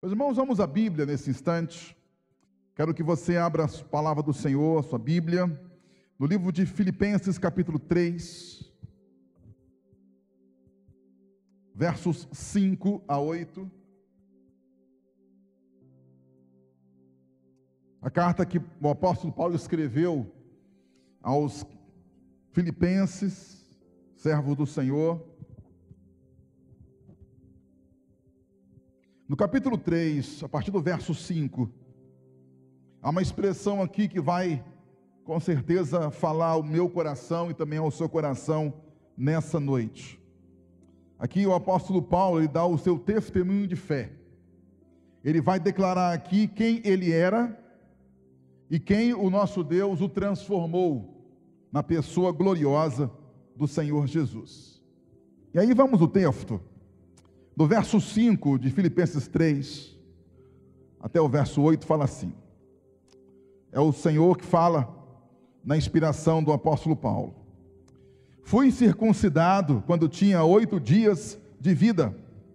Meus irmãos, vamos à Bíblia nesse instante. Quero que você abra a palavra do Senhor, a sua Bíblia, no livro de Filipenses, capítulo 3, versos 5 a 8. A carta que o apóstolo Paulo escreveu aos filipenses, servos do Senhor. No capítulo 3, a partir do verso 5, há uma expressão aqui que vai, com certeza, falar ao meu coração e também ao seu coração nessa noite. Aqui o apóstolo Paulo, ele dá o seu testemunho de fé. Ele vai declarar aqui quem ele era e quem o nosso Deus o transformou na pessoa gloriosa do Senhor Jesus. E aí vamos ao texto. Do verso 5 de Filipenses 3 até o verso 8 fala assim. É o Senhor que fala na inspiração do apóstolo Paulo. Fui circuncidado quando tinha 8 dias de vida.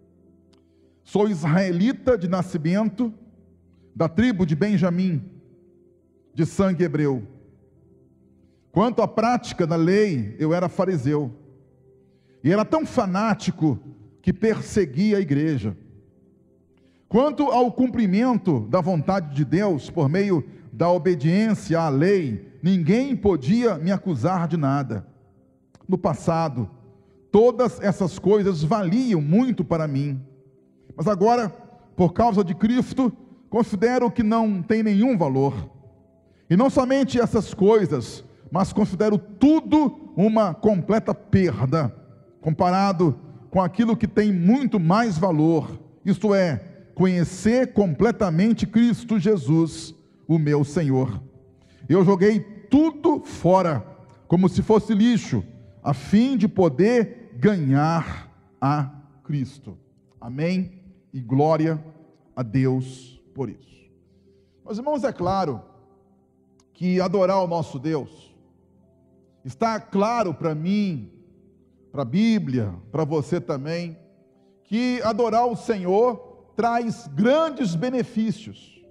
Sou israelita de nascimento, da tribo de Benjamim, de sangue hebreu. Quanto à prática da lei, eu era fariseu. E era tão fanático que perseguia a igreja. Quanto ao cumprimento da vontade de Deus, por meio da obediência à lei, ninguém podia me acusar de nada. No passado, todas essas coisas valiam muito para mim. Mas agora, por causa de Cristo, considero que não tem nenhum valor. E não somente essas coisas, mas considero tudo uma completa perda, comparado com aquilo que tem muito mais valor, isto é, conhecer completamente Cristo Jesus, o meu Senhor. Eu joguei tudo fora, como se fosse lixo, a fim de poder ganhar a Cristo. Amém? E glória a Deus por isso. Meus irmãos, é claro que adorar o nosso Deus está claro para mim, para a Bíblia, para você também, que adorar o Senhor traz grandes benefícios.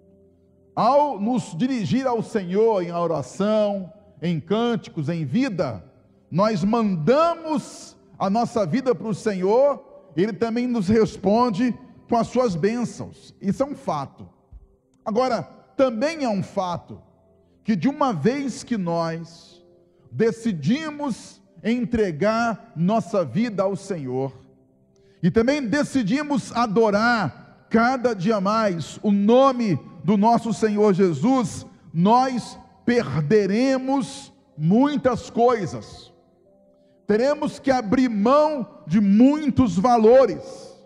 Ao nos dirigir ao Senhor em oração, em cânticos, em vida, nós mandamos a nossa vida para o Senhor, Ele também nos responde com as suas bênçãos. Isso é um fato. Agora, também é um fato que de uma vez que nós decidimos entregar nossa vida ao Senhor, e também decidimos adorar cada dia mais o nome do nosso Senhor Jesus, nós perderemos muitas coisas, teremos que abrir mão de muitos valores.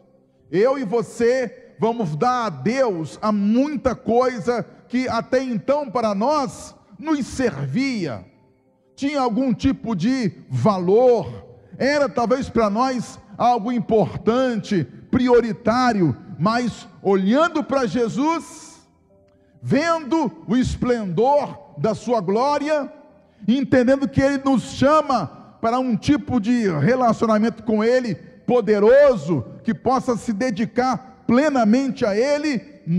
Eu e você vamos dar a Deus a muita coisa que até então para nós nos servia, tinha algum tipo de valor, era talvez para nós algo importante, prioritário, mas olhando para Jesus, vendo o esplendor da sua glória, entendendo que Ele nos chama para um tipo de relacionamento com Ele, poderoso, que possa se dedicar plenamente a Ele,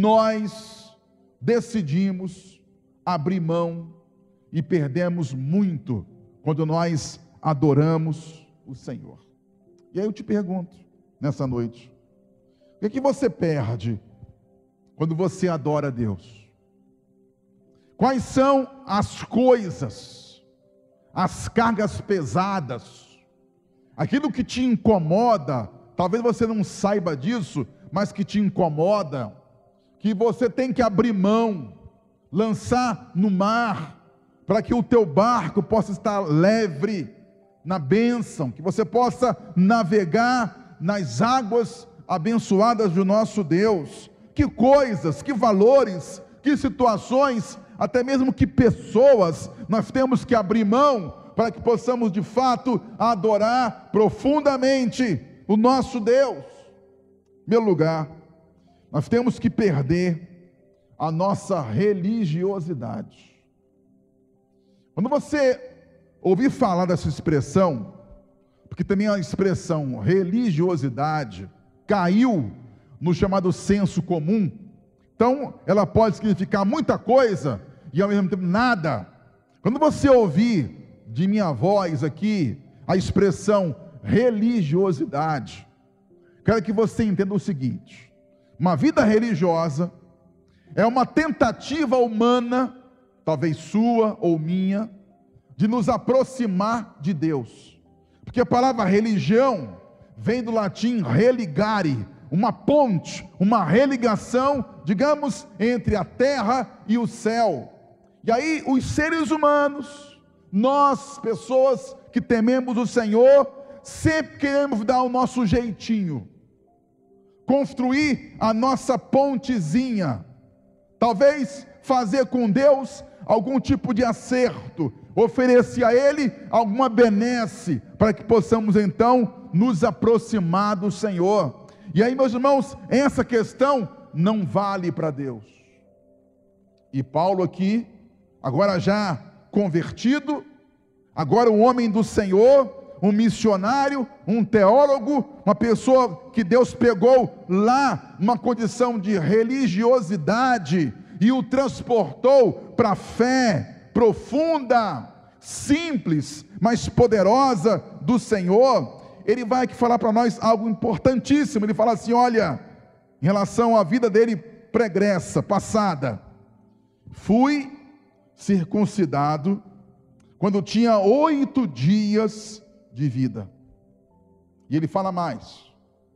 nós decidimos abrir mão e perdemos muito quando nós adoramos o Senhor. E aí eu te pergunto, nessa noite, o que você perde quando você adora a Deus? Quais são as coisas, as cargas pesadas, aquilo que te incomoda, talvez você não saiba disso, mas que te incomoda, que você tem que abrir mão, lançar no mar, para que o teu barco possa estar leve na bênção, que você possa navegar nas águas abençoadas do nosso Deus. Que coisas, que valores, que situações, até mesmo que pessoas, nós temos que abrir mão, para que possamos de fato adorar profundamente o nosso Deus. Em primeiro lugar, nós temos que perder a nossa religiosidade. Quando você ouvir falar dessa expressão, porque também a expressão religiosidade caiu no chamado senso comum. Então, ela pode significar muita coisa e ao mesmo tempo nada. Quando você ouvir de minha voz aqui a expressão religiosidade, quero que você entenda o seguinte: uma vida religiosa é uma tentativa humana, talvez sua ou minha, de nos aproximar de Deus. Porque a palavra religião vem do latim religare, uma ponte, uma religação, digamos, entre a terra e o céu. E aí os seres humanos, nós, pessoas que tememos o Senhor, sempre queremos dar o nosso jeitinho, construir a nossa pontezinha, talvez fazer com Deus algum tipo de acerto, oferecer a Ele alguma benesse, para que possamos então nos aproximar do Senhor. E aí, meus irmãos, essa questão não vale para Deus. E Paulo aqui, agora já convertido, agora um homem do Senhor, um missionário, um teólogo, uma pessoa que Deus pegou lá numa condição de religiosidade e o transportou para a fé profunda, simples, mas poderosa do Senhor. Ele vai aqui falar para nós algo importantíssimo. Ele fala assim, olha, em relação à vida dele pregressa, passada: fui circuncidado quando tinha 8 dias de vida. E ele fala mais: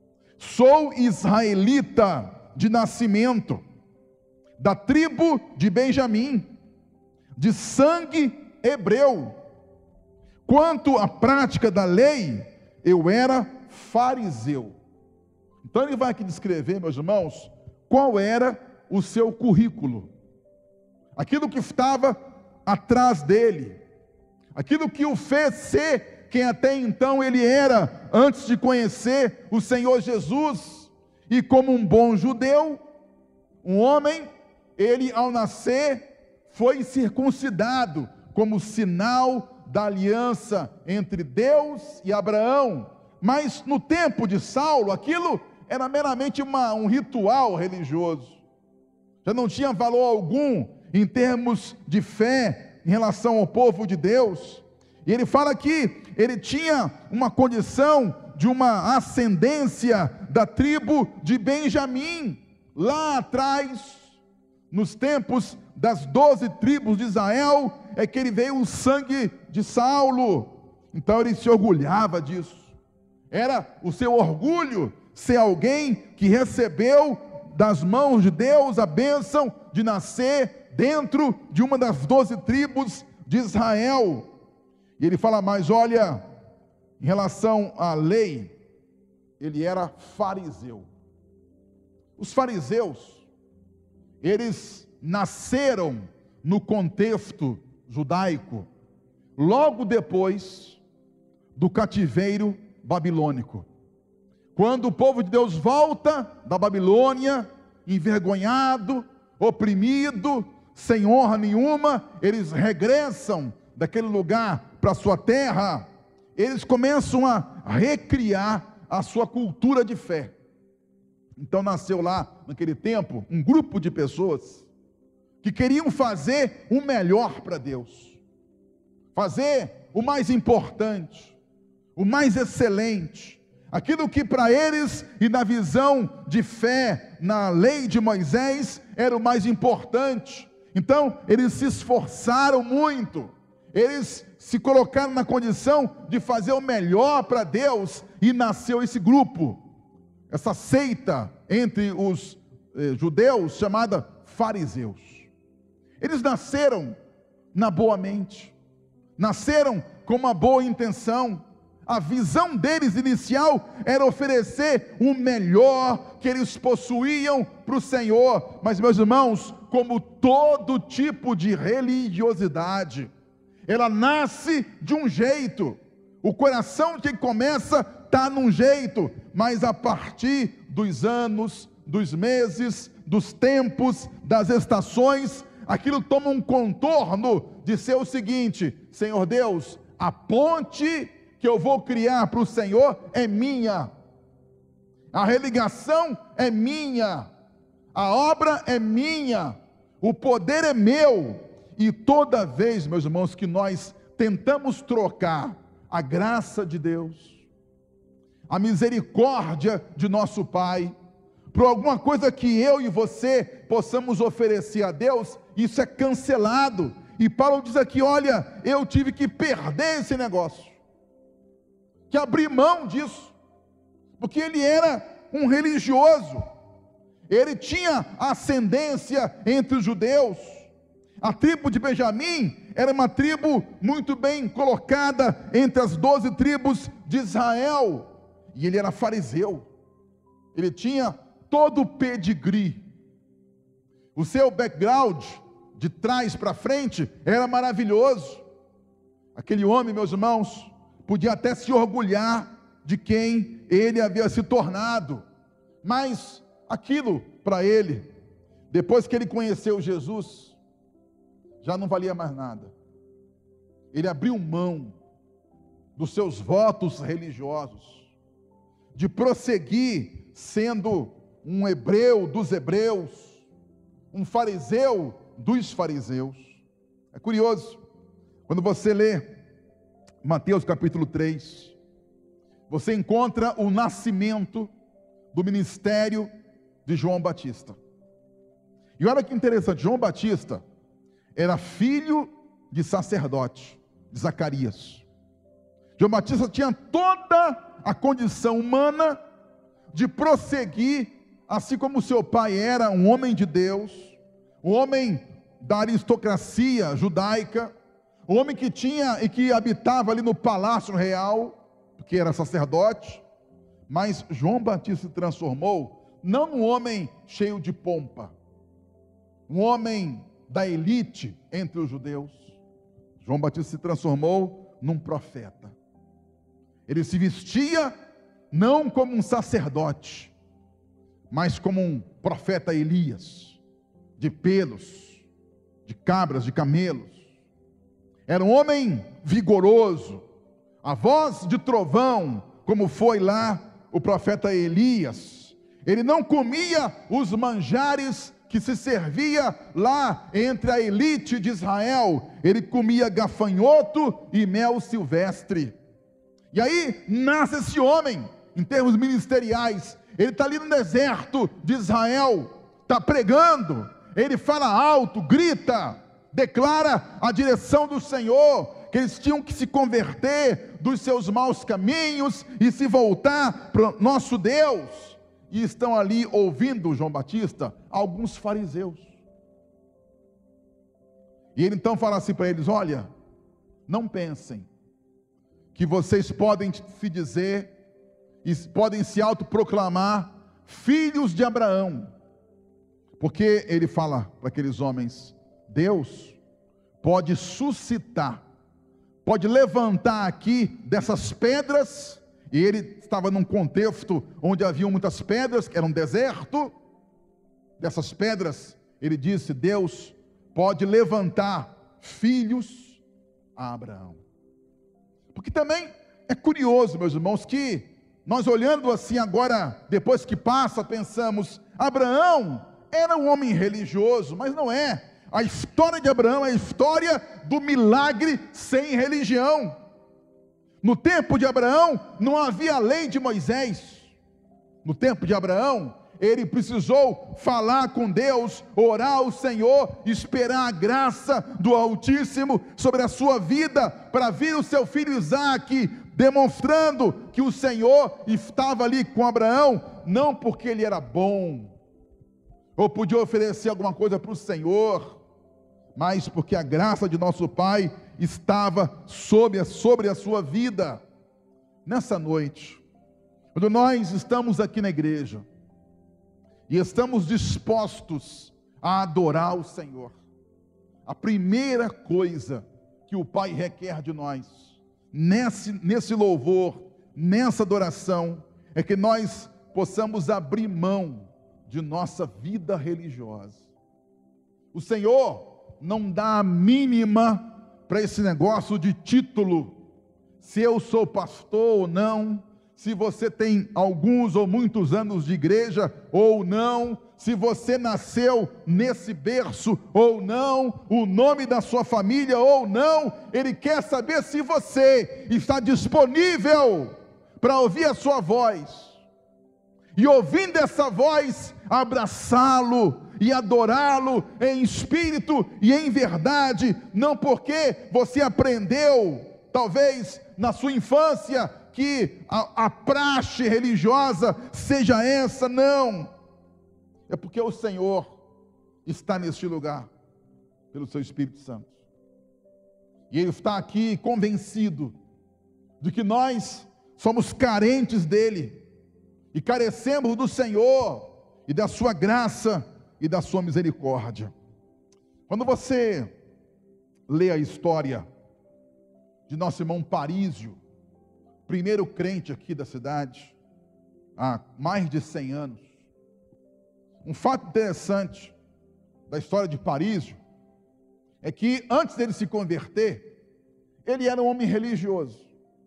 sou israelita de nascimento, da tribo de Benjamim, de sangue hebreu. Quanto à prática da lei, eu era fariseu. Então ele vai aqui descrever, meus irmãos, qual era o seu currículo, aquilo que estava atrás dele, aquilo que o fez ser quem até então ele era, antes de conhecer o Senhor Jesus. E como um bom judeu, um homem, ele ao nascer foi circuncidado, como sinal da aliança entre Deus e Abraão. Mas no tempo de Saulo, aquilo era meramente um ritual religioso, já não tinha valor algum em termos de fé em relação ao povo de Deus. E ele fala que ele tinha uma condição de uma ascendência da tribo de Benjamim, lá atrás, nos tempos das 12 tribos de Israel, é que ele veio o sangue de Saulo. Então ele se orgulhava disso, era o seu orgulho ser alguém que recebeu das mãos de Deus a bênção de nascer dentro de uma das 12 tribos de Israel. E ele fala mais, olha, em relação à lei, ele era fariseu. Os fariseus, eles nasceram no contexto judaico, logo depois do cativeiro babilônico. Quando o povo de Deus volta da Babilônia, envergonhado, oprimido, sem honra nenhuma, eles regressam daquele lugar para a sua terra, eles começam a recriar a sua cultura de fé. Então nasceu lá, naquele tempo, um grupo de pessoas que queriam fazer o melhor para Deus, fazer o mais importante, o mais excelente, aquilo que para eles e na visão de fé, na lei de Moisés, era o mais importante. Então eles se esforçaram muito, eles se colocaram na condição de fazer o melhor para Deus, e nasceu esse grupo, essa seita entre os judeus, chamada fariseus. Eles nasceram na boa mente, nasceram com uma boa intenção. A visão deles inicial era oferecer o melhor que eles possuíam para o Senhor. Mas, meus irmãos, como todo tipo de religiosidade, ela nasce de um jeito, o coração que começa está num jeito, mas a partir dos anos, dos meses, dos tempos, das estações, aquilo toma um contorno de ser o seguinte: Senhor Deus, a ponte que eu vou criar para o Senhor é minha. A religação é minha, a obra é minha, o poder é meu. E toda vez, meus irmãos, que nós tentamos trocar a graça de Deus, a misericórdia de nosso Pai, por alguma coisa que eu e você possamos oferecer a Deus, isso é cancelado. E Paulo diz aqui: olha, eu tive que perder esse negócio, que abrir mão disso, porque ele era um religioso, ele tinha ascendência entre os judeus. A tribo de Benjamim era uma tribo muito bem colocada entre as 12 tribos de Israel, e ele era fariseu, ele tinha todo o pedigree, o seu background, de trás para frente, era maravilhoso. Aquele homem, meus irmãos, podia até se orgulhar de quem ele havia se tornado, mas aquilo para ele, depois que ele conheceu Jesus, já não valia mais nada. Ele abriu mão dos seus votos religiosos, de prosseguir sendo um hebreu dos hebreus, um fariseu dos fariseus. É curioso, quando você lê Mateus capítulo 3, você encontra o nascimento do ministério de João Batista. E olha que interessante, João Batista era filho de sacerdote, de Zacarias. João Batista tinha toda a condição humana de prosseguir, assim como seu pai era um homem de Deus, um homem da aristocracia judaica, um homem que tinha e que habitava ali no palácio real, porque era sacerdote. Mas João Batista se transformou não num homem cheio de pompa, um homem da elite entre os judeus. João Batista se transformou num profeta. Ele se vestia não como um sacerdote, mas como um profeta Elias, de pelos, de cabras, de camelos. Era um homem vigoroso, a voz de trovão, como foi lá o profeta Elias. Ele não comia os manjares que se servia lá entre a elite de Israel. Ele comia gafanhoto e mel silvestre. E aí nasce esse homem, em termos ministeriais. Ele está ali no deserto de Israel, está pregando. Ele fala alto, grita, declara a direção do Senhor, que eles tinham que se converter dos seus maus caminhos e se voltar para o nosso Deus. E estão ali ouvindo João Batista alguns fariseus. E ele então fala assim para eles: olha, não pensem que vocês podem se dizer, e podem se autoproclamar filhos de Abraão, porque ele fala para aqueles homens: Deus pode suscitar, pode levantar aqui dessas pedras. E ele estava num contexto onde havia muitas pedras, que era um deserto. Dessas pedras, ele disse: Deus pode levantar filhos a Abraão. Porque também é curioso, meus irmãos, que nós olhando assim agora, depois que passa, pensamos: Abraão era um homem religioso, mas não é. A história de Abraão é a história do milagre sem religião. No tempo de Abraão não havia lei de Moisés. No tempo de Abraão, ele precisou falar com Deus, orar ao Senhor, esperar a graça do Altíssimo sobre a sua vida, para vir o seu filho Isaque, demonstrando que o Senhor estava ali com Abraão, não porque ele era bom, ou podia oferecer alguma coisa para o Senhor, mas porque a graça de nosso Pai estava sobre a sua vida. Nessa noite, quando nós estamos aqui na igreja, e estamos dispostos a adorar o Senhor, a primeira coisa que o Pai requer de nós, nesse louvor, nessa adoração, é que nós possamos abrir mão de nossa vida religiosa. O Senhor não dá a mínima para esse negócio de título, se eu sou pastor ou não, se você tem alguns ou muitos anos de igreja ou não, se você nasceu nesse berço ou não, o nome da sua família ou não. Ele quer saber se você está disponível para ouvir a sua voz, e ouvindo essa voz, abraçá-lo e adorá-lo em espírito e em verdade, não porque você aprendeu, talvez na sua infância, que a praxe religiosa seja essa, não, é porque o Senhor está neste lugar, pelo seu Espírito Santo, e Ele está aqui convencido de que nós somos carentes dEle, e carecemos do Senhor, e da sua graça, e da sua misericórdia. Quando você lê a história de nosso irmão Parísio, primeiro crente aqui da cidade, há mais de 100 anos, um fato interessante da história de Parísio, é que antes dele se converter, ele era um homem religioso,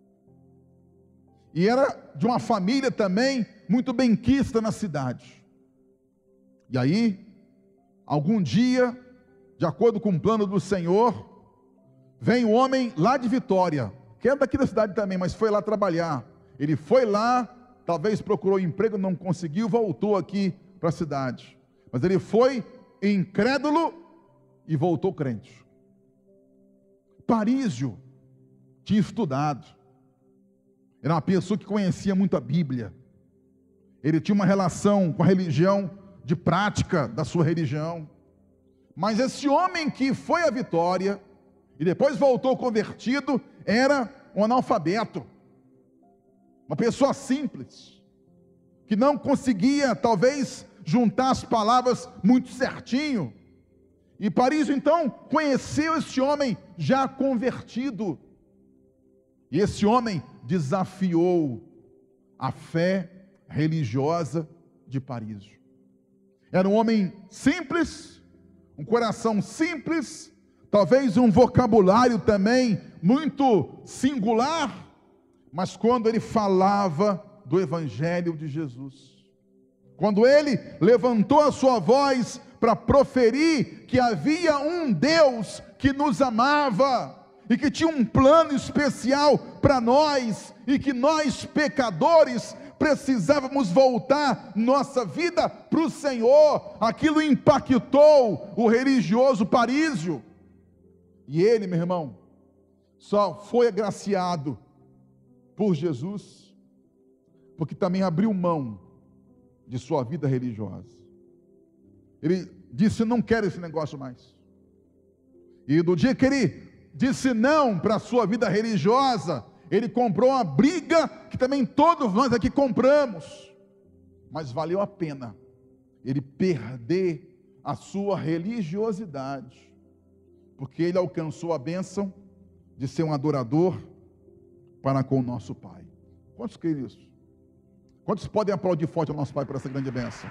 e era de uma família também muito benquista na cidade. E aí, algum dia, de acordo com o plano do Senhor, vem um homem lá de Vitória, que é daqui da cidade também, mas foi lá trabalhar. Ele foi lá, talvez procurou emprego, não conseguiu, voltou aqui para a cidade. Mas ele foi incrédulo e voltou crente. Parísio tinha estudado, era uma pessoa que conhecia muito a Bíblia, ele tinha uma relação com a religião, de prática da sua religião. Mas esse homem que foi à Vitória e depois voltou convertido, era um analfabeto, uma pessoa simples, que não conseguia talvez juntar as palavras muito certinho. E Parísio então conheceu esse homem já convertido, e esse homem desafiou a fé religiosa de Parísio. Era um homem simples, um coração simples, talvez um vocabulário também muito singular, mas quando ele falava do Evangelho de Jesus, quando ele levantou a sua voz para proferir que havia um Deus que nos amava, e que tinha um plano especial para nós, e que nós pecadores precisávamos voltar nossa vida para o Senhor, aquilo impactou o religioso Parísio, e ele, meu irmão, só foi agraciado por Jesus, porque também abriu mão de sua vida religiosa. Ele disse: não quero esse negócio mais. E do dia que ele disse não para a sua vida religiosa, ele comprou uma briga que também todos nós aqui compramos, mas valeu a pena ele perder a sua religiosidade, porque ele alcançou a bênção de ser um adorador para com o nosso Pai. Quantos creem isso? Quantos podem aplaudir forte ao nosso Pai por essa grande bênção?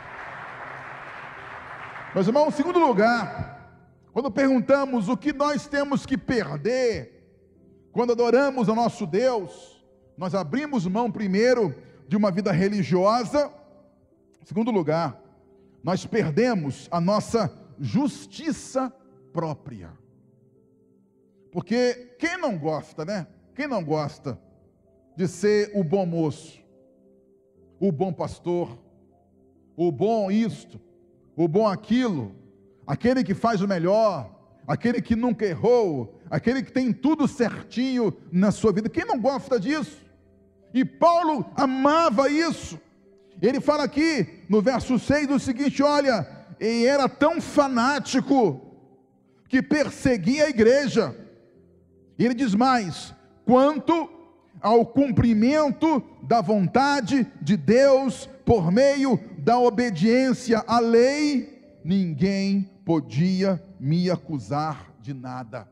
Meus irmãos, em segundo lugar, quando perguntamos o que nós temos que perder quando adoramos ao nosso Deus, nós abrimos mão primeiro de uma vida religiosa. Em segundo lugar, nós perdemos a nossa justiça própria. Porque quem não gosta, né? Quem não gosta de ser o bom moço, o bom pastor, o bom isto, o bom aquilo, aquele que faz o melhor, aquele que nunca errou, aquele que tem tudo certinho na sua vida? Quem não gosta disso? E Paulo amava isso. Ele fala aqui no verso 6 o seguinte: olha, ele era tão fanático que perseguia a igreja. E ele diz mais: quanto ao cumprimento da vontade de Deus por meio da obediência à lei, ninguém podia me acusar de nada.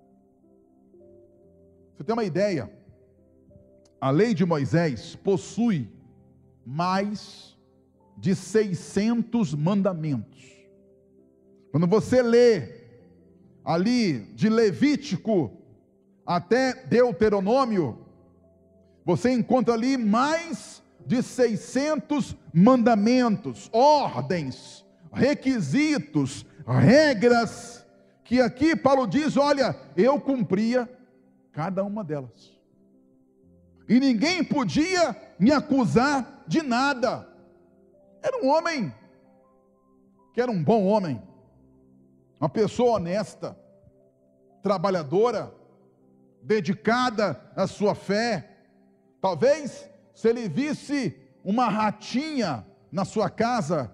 Você tem uma ideia? A lei de Moisés possui mais de 600 mandamentos. Quando você lê ali de Levítico até Deuteronômio, você encontra ali mais de 600 mandamentos, ordens, requisitos, regras, que aqui Paulo diz, olha, eu cumpria cada uma delas. E ninguém podia me acusar de nada. Era um homem, que era um bom homem, uma pessoa honesta, trabalhadora, dedicada à sua fé. Talvez, se ele visse uma ratinha na sua casa,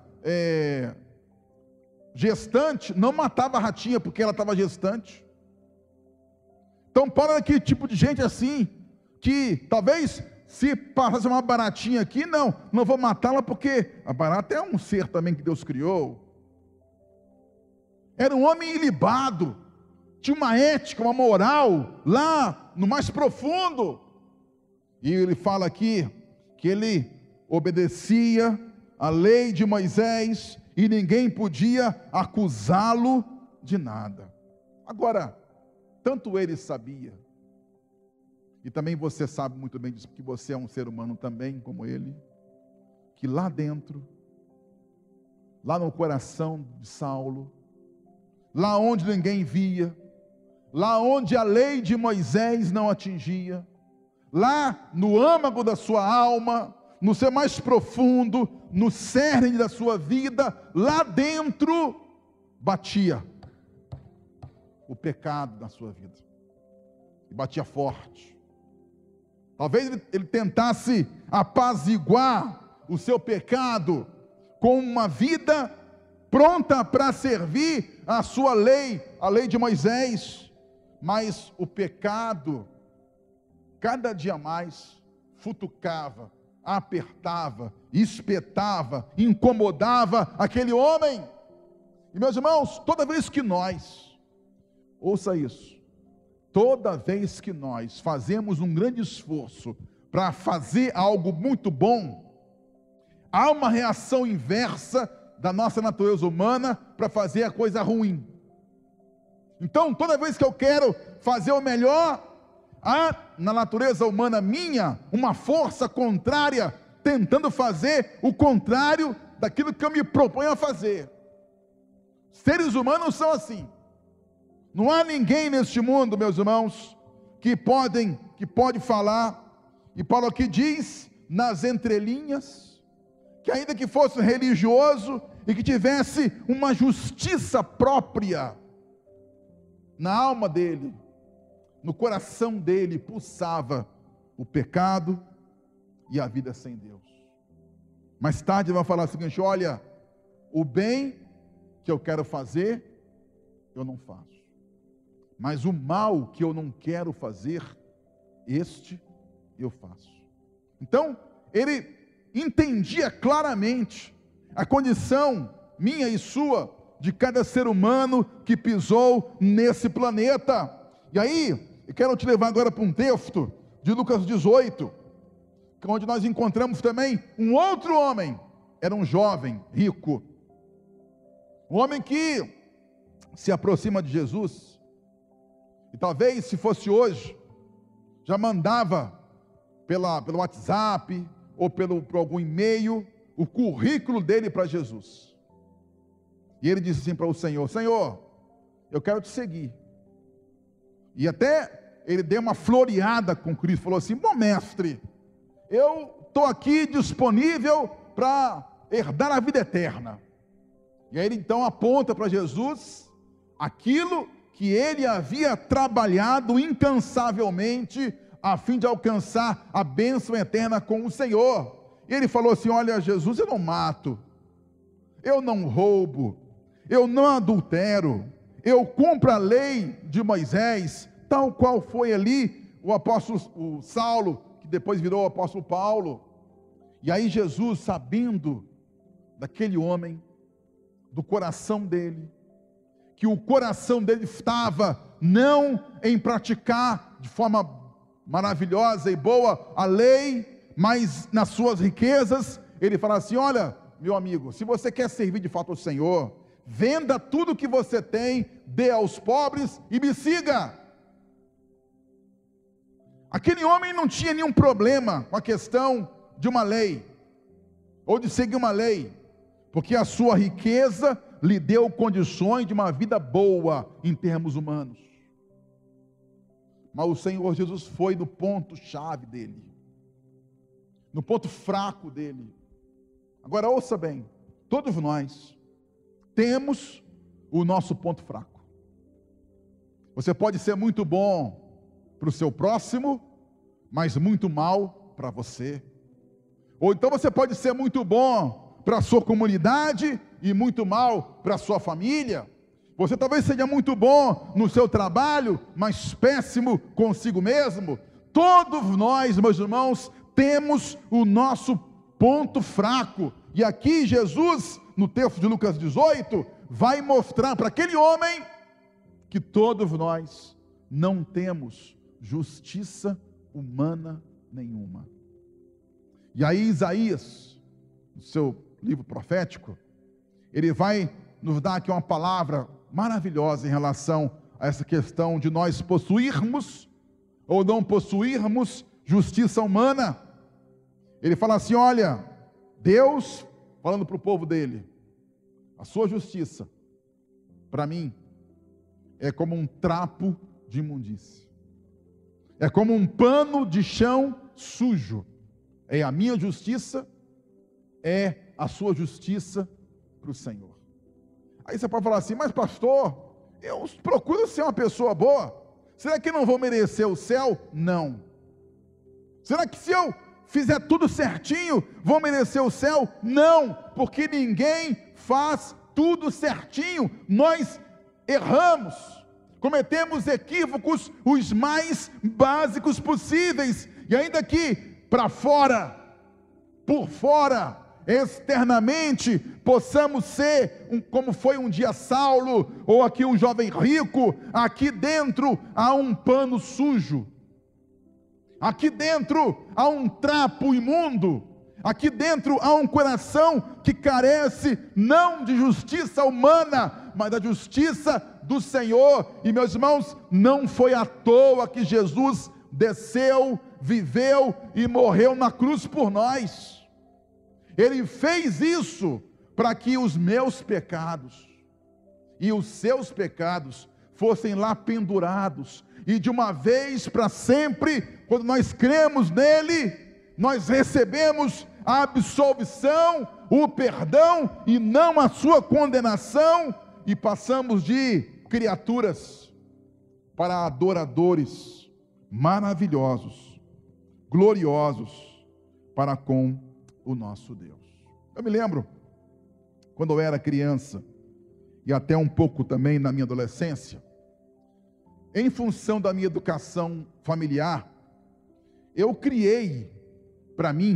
gestante, não matava a ratinha porque ela estava gestante. Então, Paulo era aquele tipo de gente assim, que talvez se passasse uma baratinha aqui, não vou matá-la porque a barata é um ser também que Deus criou. Era um homem ilibado, tinha uma ética, uma moral, lá no mais profundo. E ele fala aqui, que ele obedecia a lei de Moisés, e ninguém podia acusá-lo de nada. Agora, tanto ele sabia, e também você sabe muito bem disso, que você é um ser humano também, como ele, que lá dentro, lá no coração de Saulo, lá onde ninguém via, lá onde a lei de Moisés não atingia, lá no âmago da sua alma, no ser mais profundo, no cerne da sua vida, lá dentro, batia o pecado na sua vida, e batia forte. Talvez ele tentasse apaziguar o seu pecado com uma vida pronta para servir a sua lei, a lei de Moisés, mas o pecado, cada dia mais, futucava, apertava, espetava, incomodava aquele homem. E meus irmãos, toda vez que nós, ouça isso, toda vez que nós fazemos um grande esforço para fazer algo muito bom, há uma reação inversa da nossa natureza humana para fazer a coisa ruim. Então, toda vez que eu quero fazer o melhor, há na natureza humana minha uma força contrária, tentando fazer o contrário daquilo que eu me proponho a fazer. Seres humanos são assim. Não há ninguém neste mundo, meus irmãos, que pode falar, e Paulo aqui diz, nas entrelinhas, que ainda que fosse religioso, e que tivesse uma justiça própria, na alma dele, no coração dele, pulsava o pecado e a vida sem Deus. Mais tarde ele vai falar o seguinte, olha, o bem que eu quero fazer, eu não faço. Mas o mal que eu não quero fazer, este eu faço. Então, ele entendia claramente a condição minha e sua, de cada ser humano que pisou nesse planeta. E aí, eu quero te levar agora para um texto de Lucas 18, onde nós encontramos também um outro homem, era um jovem rico, um homem que se aproxima de Jesus, e talvez se fosse hoje, já mandava pelo WhatsApp, ou por algum e-mail, o currículo dele para Jesus. E ele disse assim para o Senhor, Senhor, eu quero te seguir. E até ele deu uma floreada com Cristo, falou assim, bom mestre, eu estou aqui disponível para herdar a vida eterna. E aí ele então aponta para Jesus aquilo que ele havia trabalhado incansavelmente a fim de alcançar a bênção eterna com o Senhor. E ele falou assim, olha Jesus, eu não mato, eu não roubo, eu não adultero, eu cumpro a lei de Moisés, tal qual foi ali o apóstolo Saulo, que depois virou o apóstolo Paulo. E aí Jesus, sabendo daquele homem, do coração dele, que o coração dele estava não em praticar de forma maravilhosa e boa a lei, mas nas suas riquezas, ele fala assim, olha, meu amigo, se você quer servir de fato ao Senhor, venda tudo que você tem, dê aos pobres e me siga. Aquele homem não tinha nenhum problema com a questão de uma lei, ou de seguir uma lei, porque a sua riqueza lhe deu condições de uma vida boa em termos humanos. Mas o Senhor Jesus foi no ponto-chave dele, no ponto fraco dele. Agora ouça bem, todos nós temos o nosso ponto fraco. Você pode ser muito bom para o seu próximo, mas muito mal para você. Ou então você pode ser muito bom para a sua comunidade e muito mal para a sua família. Você talvez seja muito bom no seu trabalho, mas péssimo consigo mesmo. Todos nós, meus irmãos, temos o nosso ponto fraco. E aqui Jesus, no texto de Lucas 18, vai mostrar para aquele homem que todos nós não temos justiça humana nenhuma. E aí Isaías, no seu livro profético, ele vai nos dar aqui uma palavra maravilhosa em relação a essa questão de nós possuirmos ou não possuirmos justiça humana. Ele fala assim: olha, Deus, falando para o povo dele, a sua justiça, para mim, é como um trapo de imundície, é como um pano de chão sujo. É a minha justiça, é a sua justiça para o Senhor. Aí você pode falar assim: mas pastor, eu procuro ser uma pessoa boa, será que não vou merecer o céu? Não. Será que se eu fizer tudo certinho, vou merecer o céu? Não, porque ninguém faz tudo certinho. Nós erramos, cometemos equívocos os mais básicos possíveis, e ainda que para fora, por fora, externamente, possamos ser como foi um dia Saulo, ou aqui um jovem rico. Aqui dentro há um pano sujo, aqui dentro há um trapo imundo, aqui dentro há um coração que carece não de justiça humana, mas da justiça do Senhor. E meus irmãos, não foi à toa que Jesus desceu, viveu e morreu na cruz por nós. Ele fez isso para que os meus pecados e os seus pecados fossem lá pendurados, e de uma vez para sempre, quando nós cremos nele, nós recebemos a absolvição, o perdão e não a sua condenação, e passamos de criaturas para adoradores maravilhosos, gloriosos para com o nosso Deus. Eu me lembro, quando eu era criança, e até um pouco também na minha adolescência, em função da minha educação familiar, eu criei para mim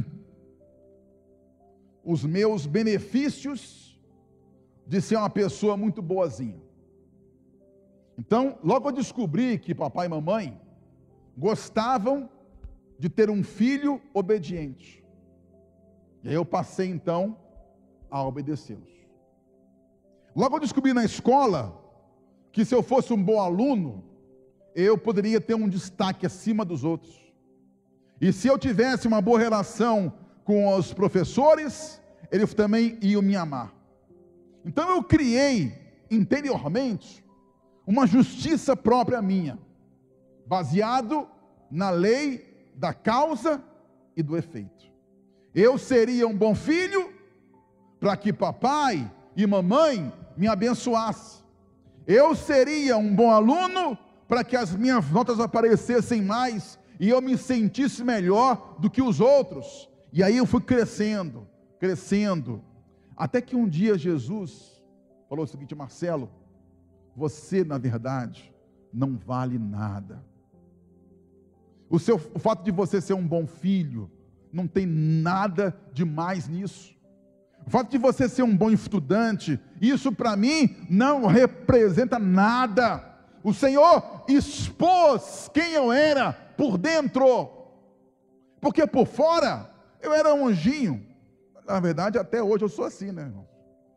os meus benefícios de ser uma pessoa muito boazinha. Então, logo eu descobri que papai e mamãe gostavam de ter um filho obediente. E aí eu passei então a obedecê-los. Logo eu descobri na escola que se eu fosse um bom aluno, eu poderia ter um destaque acima dos outros. E se eu tivesse uma boa relação com os professores, eles também iam me amar. Então eu criei interiormente uma justiça própria minha, baseado na lei da causa e do efeito. Eu seria um bom filho para que papai e mamãe me abençoassem. Eu seria um bom aluno para que as minhas notas aparecessem mais e eu me sentisse melhor do que os outros. E aí eu fui crescendo, até que um dia Jesus falou o seguinte: Marcelo, você na verdade não vale nada. O fato de você ser um bom filho não tem nada de mais nisso. O fato de você ser um bom estudante, isso para mim não representa nada. O Senhor expôs quem eu era por dentro, porque por fora eu era um anjinho. Na verdade, até hoje eu sou assim, né, irmão?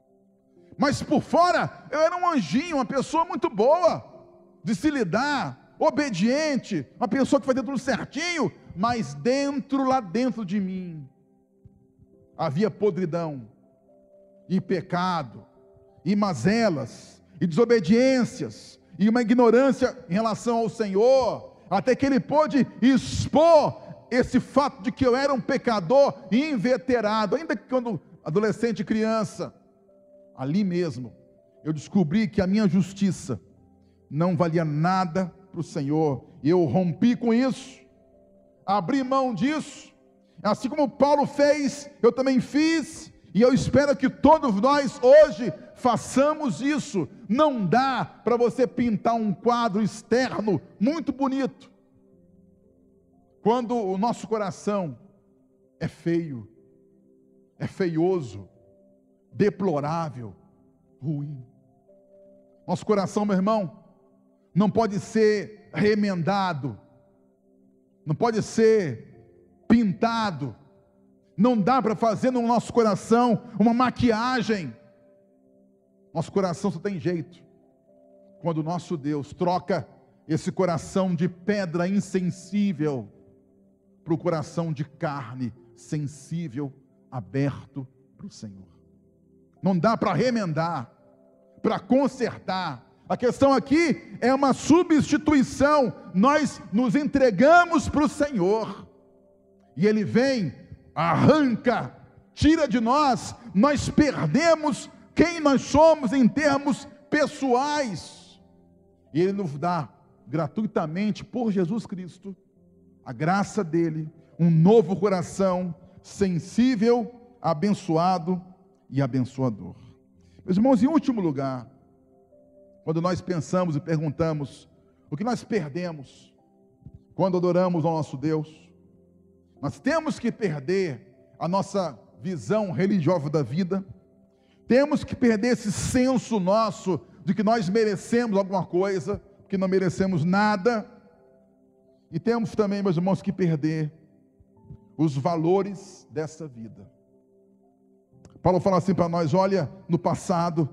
Mas por fora eu era um anjinho, uma pessoa muito boa de se lidar, obediente, uma pessoa que fazia tudo certinho, mas lá dentro de mim, havia podridão, e pecado, e mazelas, e desobediências, e uma ignorância em relação ao Senhor, até que ele pôde expor esse fato de que eu era um pecador inveterado, ainda que quando adolescente e criança. Ali mesmo, eu descobri que a minha justiça não valia nada para o Senhor, e eu rompi com isso, abri mão disso, assim como Paulo fez, eu também fiz, e eu espero que todos nós hoje façamos isso. Não dá para você pintar um quadro externo muito bonito, quando o nosso coração é feio, é feioso, deplorável, ruim. Nosso coração, meu irmão, não pode ser remendado, não pode ser pintado, não dá para fazer no nosso coração uma maquiagem. Nosso coração só tem jeito quando o nosso Deus troca esse coração de pedra insensível para o coração de carne sensível, aberto para o Senhor. Não dá para remendar, para consertar. A questão aqui é uma substituição. Nós nos entregamos para o Senhor, e Ele vem, arranca, tira de nós, nós perdemos quem nós somos em termos pessoais, e Ele nos dá gratuitamente, por Jesus Cristo, a graça dEle, um novo coração, sensível, abençoado e abençoador. Meus irmãos, em último lugar, quando nós pensamos e perguntamos o que nós perdemos quando adoramos ao nosso Deus, nós temos que perder a nossa visão religiosa da vida, temos que perder esse senso nosso de que nós merecemos alguma coisa, que não merecemos nada, e temos também, meus irmãos, que perder os valores dessa vida. Paulo fala assim para nós: olha, no passado,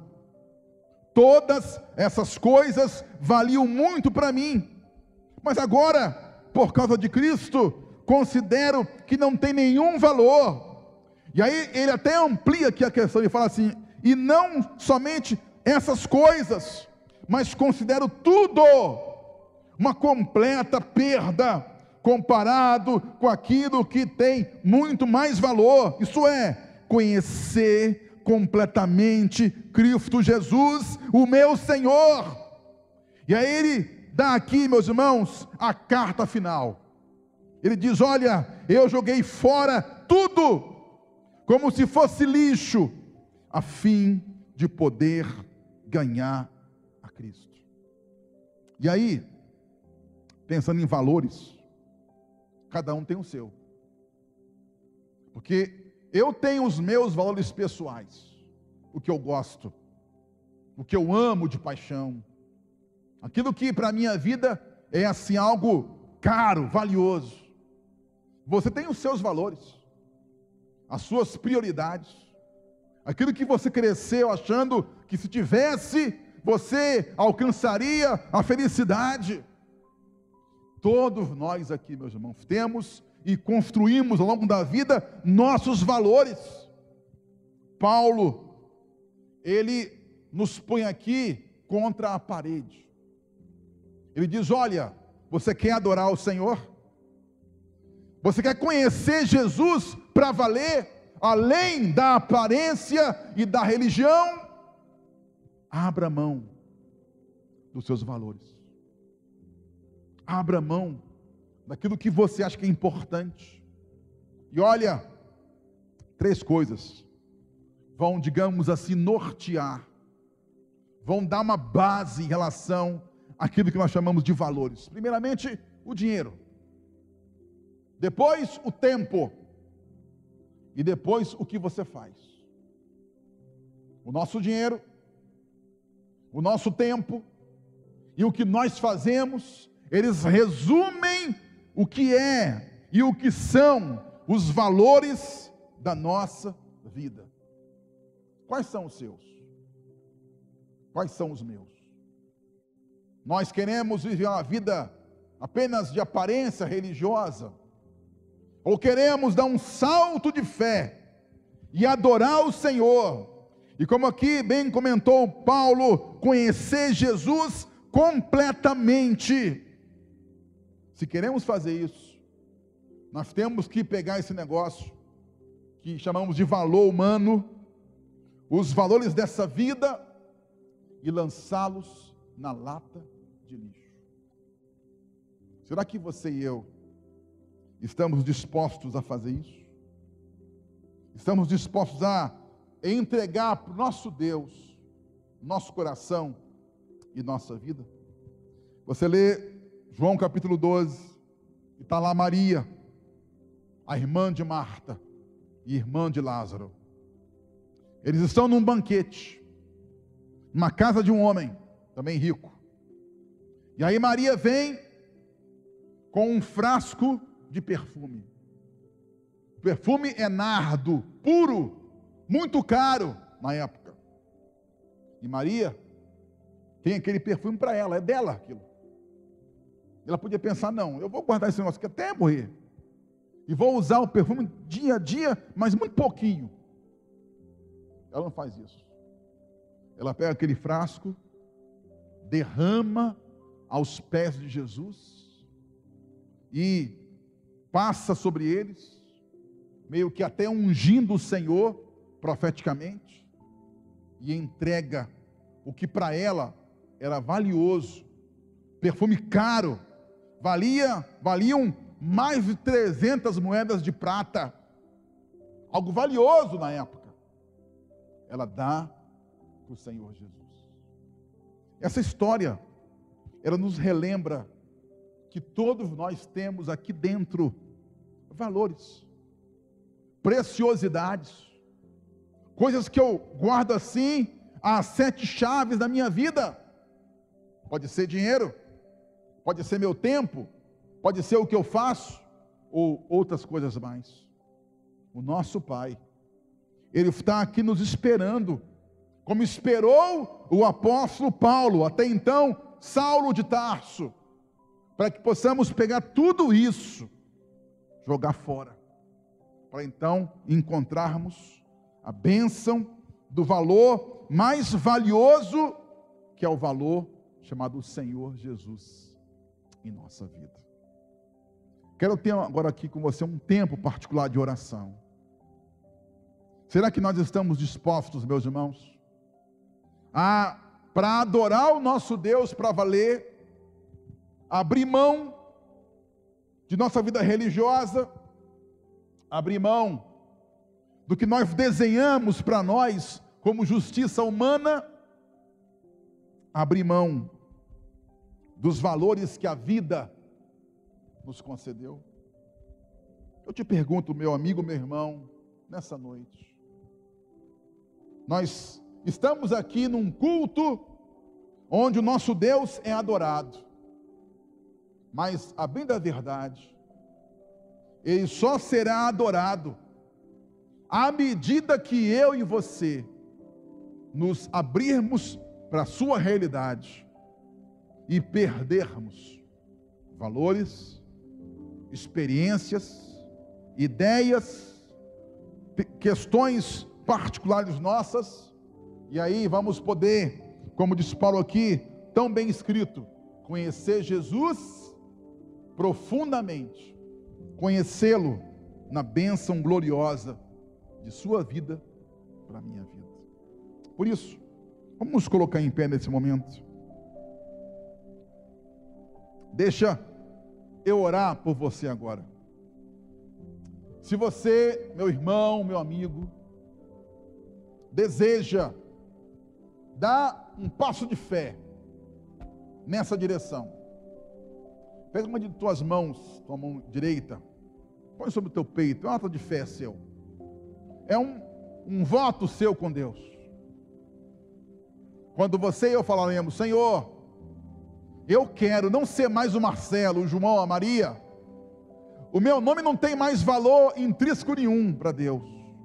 todas essas coisas valiam muito para mim, mas agora, por causa de Cristo, considero que não tem nenhum valor. E aí ele até amplia aqui a questão e fala assim: e não somente essas coisas, mas considero tudo uma completa perda, comparado com aquilo que tem muito mais valor, isso é, conhecer completamente Cristo Jesus, o meu Senhor. E aí ele dá aqui, meus irmãos, a carta final. Ele diz: olha, eu joguei fora tudo, como se fosse lixo, a fim de poder ganhar a Cristo. E aí, pensando em valores, cada um tem o seu, porque eu tenho os meus valores pessoais, o que eu gosto, o que eu amo de paixão, aquilo que para a minha vida é assim algo caro, valioso. Você tem os seus valores, as suas prioridades, aquilo que você cresceu achando que se tivesse, você alcançaria a felicidade. Todos nós aqui, meus irmãos, temos e construímos ao longo da vida nossos valores. Paulo, ele nos põe aqui contra a parede. Ele diz: olha, você quer adorar o Senhor? Você quer conhecer Jesus para valer, além da aparência e da religião? Abra mão dos seus valores. Abra mão daquilo que você acha que é importante. E olha, 3 coisas vão, digamos assim, nortear, vão dar uma base em relação àquilo que nós chamamos de valores. Primeiramente, o dinheiro. Depois, o tempo. E depois, o que você faz. O nosso dinheiro, o nosso tempo e o que nós fazemos, eles resumem o que é e o que são os valores da nossa vida. Quais são os seus? Quais são os meus? Nós queremos viver uma vida apenas de aparência religiosa, ou queremos dar um salto de fé e adorar o Senhor, e como aqui bem comentou Paulo, conhecer Jesus completamente. Se queremos fazer isso, nós temos que pegar esse negócio que chamamos de valor humano, os valores dessa vida, e lançá-los na lata de lixo. Será que você e eu estamos dispostos a fazer isso? Estamos dispostos a entregar para o nosso Deus, nosso coração e nossa vida? Você lê João capítulo 12, e está lá Maria, a irmã de Marta e irmã de Lázaro. Eles estão num banquete, numa casa de um homem, também rico. E aí Maria vem com um frasco de perfume. O perfume é nardo, puro, muito caro na época. E Maria tem aquele perfume para ela, é dela aquilo. Ela podia pensar, não, eu vou guardar esse negócio aqui até morrer. E vou usar o perfume dia a dia, mas muito pouquinho. Ela não faz isso. Ela pega aquele frasco, derrama aos pés de Jesus e passa sobre eles, meio que até ungindo o Senhor profeticamente, e entrega o que para ela era valioso, perfume caro, valiam mais de 300 moedas de prata, algo valioso na época. Ela dá para o Senhor Jesus. Essa história, ela nos relembra que todos nós temos aqui dentro valores, preciosidades, coisas que eu guardo assim, as 7 chaves da minha vida. Pode ser dinheiro, pode ser meu tempo, pode ser o que eu faço, ou outras coisas mais. O nosso Pai, Ele está aqui nos esperando, como esperou o apóstolo Paulo, até então Saulo de Tarso, para que possamos pegar tudo isso, jogar fora, para então encontrarmos a bênção do valor mais valioso, que é o valor chamado Senhor Jesus em nossa vida. Quero ter agora aqui com você um tempo particular de oração. Será que nós estamos dispostos, meus irmãos, para adorar o nosso Deus para valer, abrir mão de nossa vida religiosa, abrir mão do que nós desenhamos para nós como justiça humana, abrir mão dos valores que a vida nos concedeu? Eu te pergunto, meu amigo, meu irmão, nessa noite, nós estamos aqui num culto onde o nosso Deus é adorado, mas a bem da verdade, Ele só será adorado à medida que eu e você nos abrirmos para a sua realidade e perdermos valores, experiências, ideias, questões particulares nossas, e aí vamos poder, como diz Paulo aqui, tão bem escrito, conhecer Jesus profundamente, conhecê-lo na bênção gloriosa de sua vida para a minha vida. Por isso, vamos nos colocar em pé nesse momento. Deixa eu orar por você agora. Se você, meu irmão, meu amigo, deseja dar um passo de fé nessa direção, pega uma de tuas mãos, tua mão direita, põe sobre o teu peito, é um ato de fé seu, é um voto seu com Deus. Quando você e eu falaremos, Senhor, eu quero não ser mais o Marcelo, o João, a Maria, o meu nome não tem mais valor intrínseco nenhum para Deus,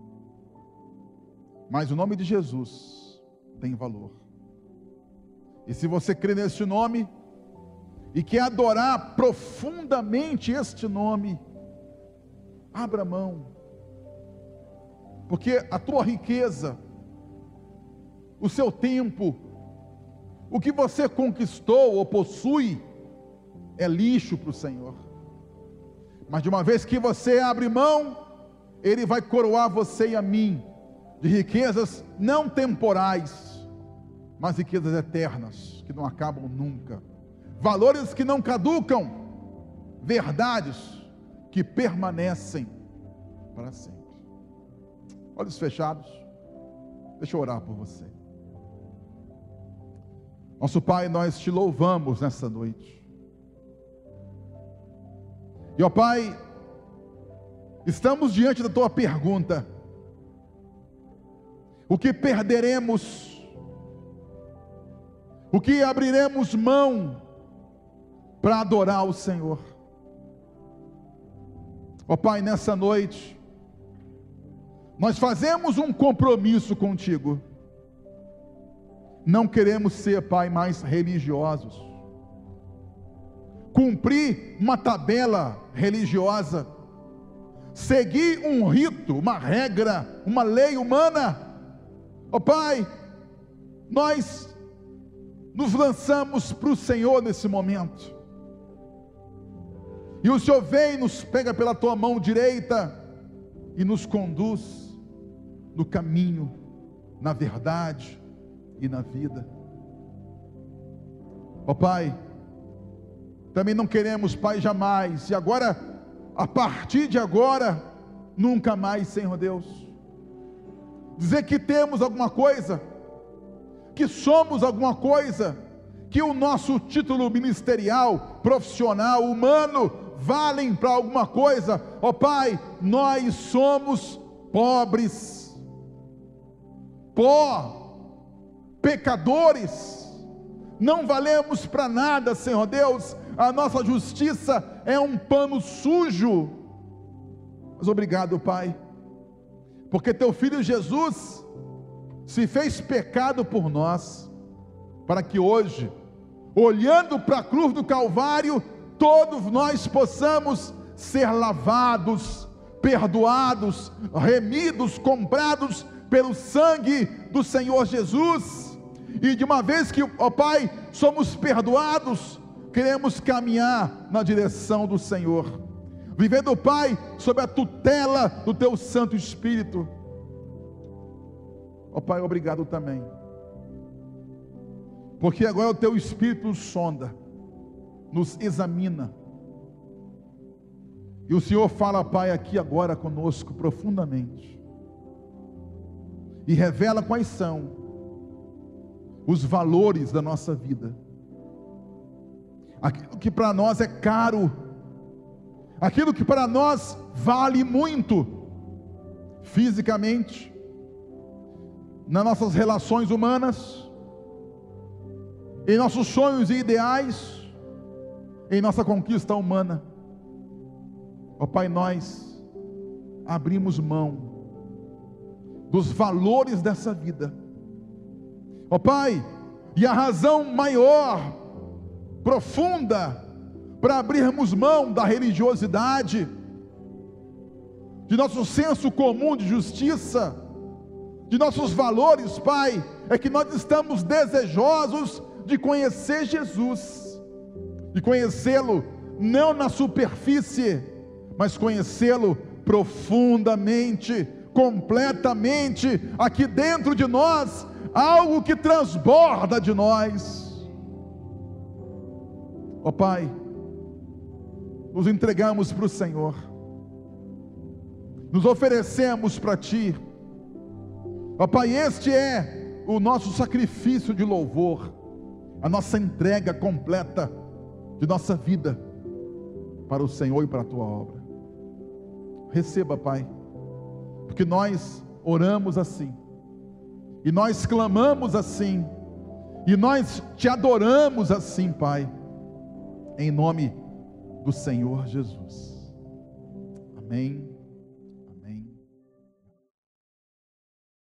mas o nome de Jesus tem valor. E se você crê nesse nome, e quer adorar profundamente este nome, abra mão, porque a tua riqueza, o seu tempo, o que você conquistou ou possui, é lixo para o Senhor. Mas de uma vez que você abre mão, Ele vai coroar você e a mim de riquezas não temporais, mas riquezas eternas, que não acabam nunca, valores que não caducam, verdades que permanecem para sempre. Olhos fechados, deixa eu orar por você. Nosso Pai, nós te louvamos nessa noite. E ó Pai, estamos diante da tua pergunta: o que perderemos? O que abriremos mão para adorar o Senhor? Ó Pai, nessa noite, nós fazemos um compromisso contigo. Não queremos ser, Pai, mais religiosos, cumprir uma tabela religiosa, seguir um rito, uma regra, uma lei humana. Ó Pai, nós nos lançamos para o Senhor nesse momento, e o Senhor vem, nos pega pela tua mão direita e nos conduz no caminho, na verdade e na vida. Ó Pai, também não queremos, Pai, jamais, e agora, a partir de agora, nunca mais, Senhor Deus, dizer que temos alguma coisa, que somos alguma coisa, que o nosso título ministerial, profissional, humano, valem para alguma coisa. Ó Pai, nós somos pobres, pecadores, não valemos para nada, Senhor Deus. A nossa justiça é um pano sujo. Mas obrigado, Pai, porque teu Filho Jesus se fez pecado por nós, para que hoje, olhando para a cruz do Calvário, todos nós possamos ser lavados, perdoados, remidos, comprados pelo sangue do Senhor Jesus. E de uma vez que, ó Pai, somos perdoados, queremos caminhar na direção do Senhor, vivendo, Pai, sob a tutela do teu Santo Espírito. Ó Pai, obrigado também, porque agora o teu Espírito nos sonda, nos examina, e o Senhor fala, Pai, aqui agora conosco profundamente, e revela quais são os valores da nossa vida, aquilo que para nós é caro, aquilo que para nós vale muito, fisicamente, nas nossas relações humanas, em nossos sonhos e ideais, em nossa conquista humana. Ó Pai, nós abrimos mão dos valores dessa vida, ó Pai, e a razão maior, profunda, para abrirmos mão da religiosidade, de nosso senso comum de justiça, de nossos valores, Pai, é que nós estamos desejosos de conhecer Jesus, de conhecê-lo não na superfície, mas conhecê-lo profundamente, completamente, aqui dentro de nós, algo que transborda de nós. Ó Pai, nos entregamos para o Senhor, nos oferecemos para Ti. Ó Pai, este é o nosso sacrifício de louvor, a nossa entrega completa de nossa vida para o Senhor e para a Tua obra. Receba, Pai, porque nós oramos assim, e nós clamamos assim, e nós Te adoramos assim, Pai, em nome do Senhor Jesus. Amém.